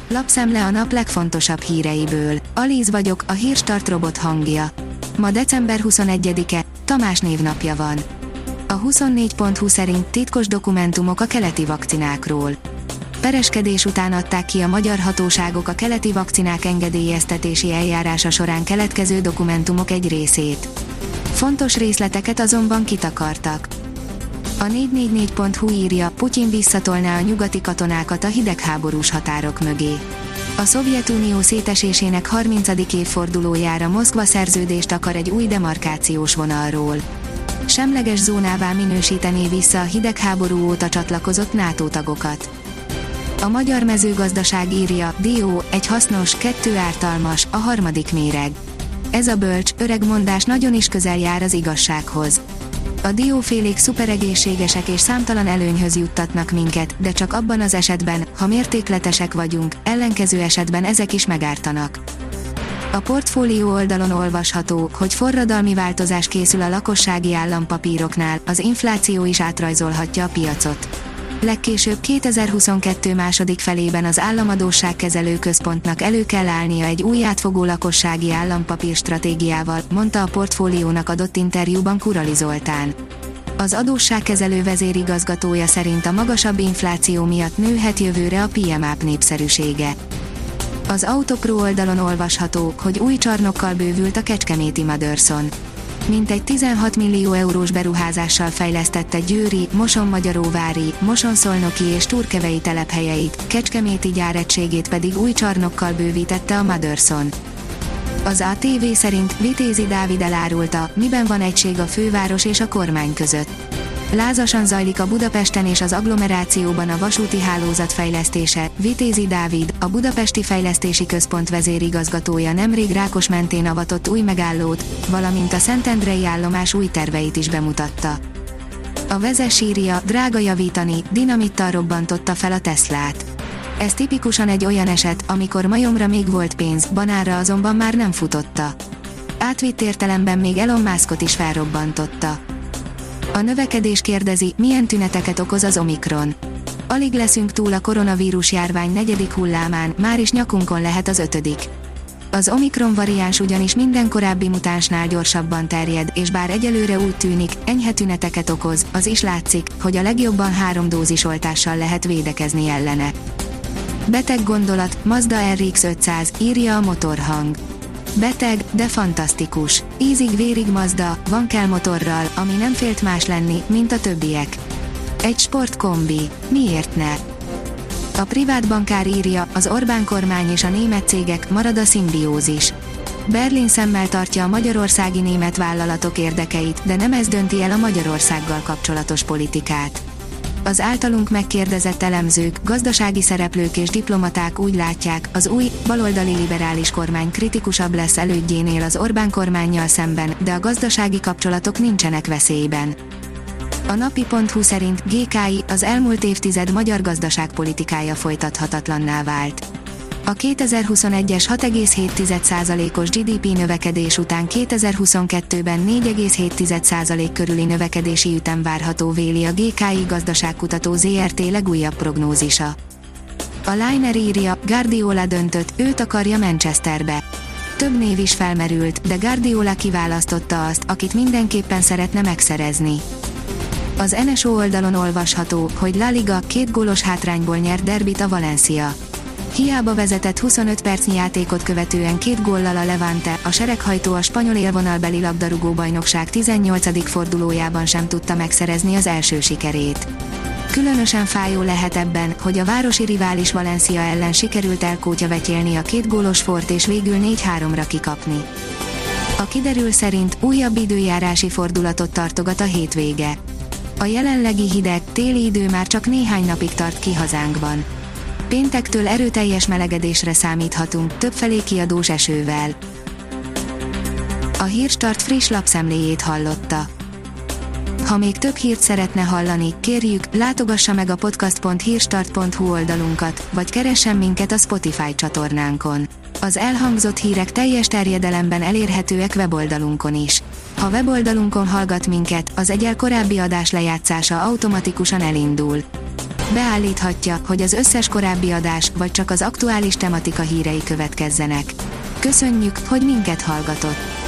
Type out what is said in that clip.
Lapszemle a nap legfontosabb híreiből. Alíz vagyok, a Hírstart robot hangja. Ma december 21-e, Tamás névnapja van. A 24.20 szerint titkos dokumentumok a keleti vakcinákról. Pereskedés után adták ki a magyar hatóságok a keleti vakcinák engedélyeztetési eljárása során keletkező dokumentumok egy részét. Fontos részleteket azonban kitakartak. A 444.hu írja, Putyin visszatolná a nyugati katonákat a hidegháborús határok mögé. A Szovjetunió szétesésének 30. évfordulójára Moszkva szerződést akar egy új demarkációs vonalról. Semleges zónává minősítené vissza a hidegháború óta csatlakozott NATO tagokat. A magyar mezőgazdaság írja, dió, egy hasznos, kettő ártalmas, a harmadik méreg. Ez a bölcs, öreg mondás nagyon is közel jár az igazsághoz. A diófélék szuperegészségesek és számtalan előnyhöz juttatnak minket, de csak abban az esetben, ha mértékletesek vagyunk, ellenkező esetben ezek is megártanak. A portfólió oldalon olvasható, hogy forradalmi változás készül a lakossági állampapíroknál, az infláció is átrajzolhatja a piacot. Legkésőbb 2022 második felében az Államadósságkezelő Központnak elő kell állnia egy új átfogó lakossági állampapír stratégiával, mondta a portfóliónak adott interjúban Kurali Zoltán. Az adósságkezelő vezérigazgatója szerint a magasabb infláció miatt nőhet jövőre a PMAP népszerűsége. Az Autopro oldalon olvasható, hogy új csarnokkal bővült a kecskeméti Motherson. Mintegy 16 millió eurós beruházással fejlesztette Győri, Moson-Magyaróvári, Moson-Szolnoki és Turkevei telephelyeit, kecskeméti gyáregységét pedig új csarnokkal bővítette a Motherson. Az ATV szerint Vitézi Dávid elárulta, miben van egység a főváros és a kormány között. Lázasan zajlik a Budapesten és az agglomerációban a vasúti hálózat fejlesztése. Vitézi Dávid, a Budapesti Fejlesztési Központ vezérigazgatója nemrég Rákosmentén avatott új megállót, valamint a Szentendrei állomás új terveit is bemutatta. A Vezes írja, drága javítani, dinamittal robbantotta fel a Teslát. Ez tipikusan egy olyan eset, amikor majomra még volt pénz, banánra azonban már nem futotta. Átvitt értelemben még Elon Muskot is felrobbantotta. A növekedés kérdezi, milyen tüneteket okoz az Omikron. Alig leszünk túl a koronavírus járvány 4. hullámán, már is nyakunkon lehet az 5. Az Omikron variáns ugyanis minden korábbi mutánsnál gyorsabban terjed, és bár egyelőre úgy tűnik, enyhe tüneteket okoz, az is látszik, hogy a legjobban 3 dózisoltással lehet védekezni ellene. Beteg gondolat, Mazda RX 500, írja a Motorhang. Beteg, de fantasztikus. Ízig-vérig Mazda, van kell motorral, ami nem félt más lenni, mint a többiek. Egy sportkombi. Miért ne? A privát bankár írja, az Orbán kormány és a német cégek, marad a szimbiózis. Berlin szemmel tartja a magyarországi német vállalatok érdekeit, de nem ez dönti el a Magyarországgal kapcsolatos politikát. Az általunk megkérdezett elemzők, gazdasági szereplők és diplomaták úgy látják, az új, baloldali liberális kormány kritikusabb lesz elődjénél az Orbán kormánnyal szemben, de a gazdasági kapcsolatok nincsenek veszélyben. A napi.hu szerint GKI, az elmúlt évtized magyar gazdaságpolitikája folytathatatlanná vált. A 2021-es 6,7%-os GDP növekedés után 2022-ben 4,7% körüli növekedési ütem várható, véli a GKI gazdaságkutató ZRT legújabb prognózisa. A Liner írja, Guardiola döntött, őt akarja Manchesterbe. Több név is felmerült, de Guardiola kiválasztotta azt, akit mindenképpen szeretne megszerezni. Az NSO oldalon olvasható, hogy La Liga 2 gólos hátrányból nyert derbit a Valencia. Hiába vezetett 25 percnyi játékot követően 2 góllal a Levante, a sereghajtó a spanyol élvonalbeli labdarúgó-bajnokság 18. fordulójában sem tudta megszerezni az első sikerét. Különösen fájó lehet ebben, hogy a városi rivális Valencia ellen sikerült elkótyavetyélni a 2 gólos fort és végül 4-3-ra kikapni. A kiderül szerint újabb időjárási fordulatot tartogat a hétvége. A jelenlegi hideg, téli idő már csak néhány napig tart ki hazánkban. Péntektől erőteljes melegedésre számíthatunk, többfelé kiadós esővel. A Hírstart friss lapszemléjét hallotta. Ha még több hírt szeretne hallani, kérjük, látogassa meg a podcast.hírstart.hu oldalunkat, vagy keressen minket a Spotify csatornánkon. Az elhangzott hírek teljes terjedelemben elérhetőek weboldalunkon is. Ha weboldalunkon hallgat minket, az egyel korábbi adás lejátszása automatikusan elindul. Beállíthatja, hogy az összes korábbi adás, vagy csak az aktuális tematika hírei következzenek. Köszönjük, hogy minket hallgatott!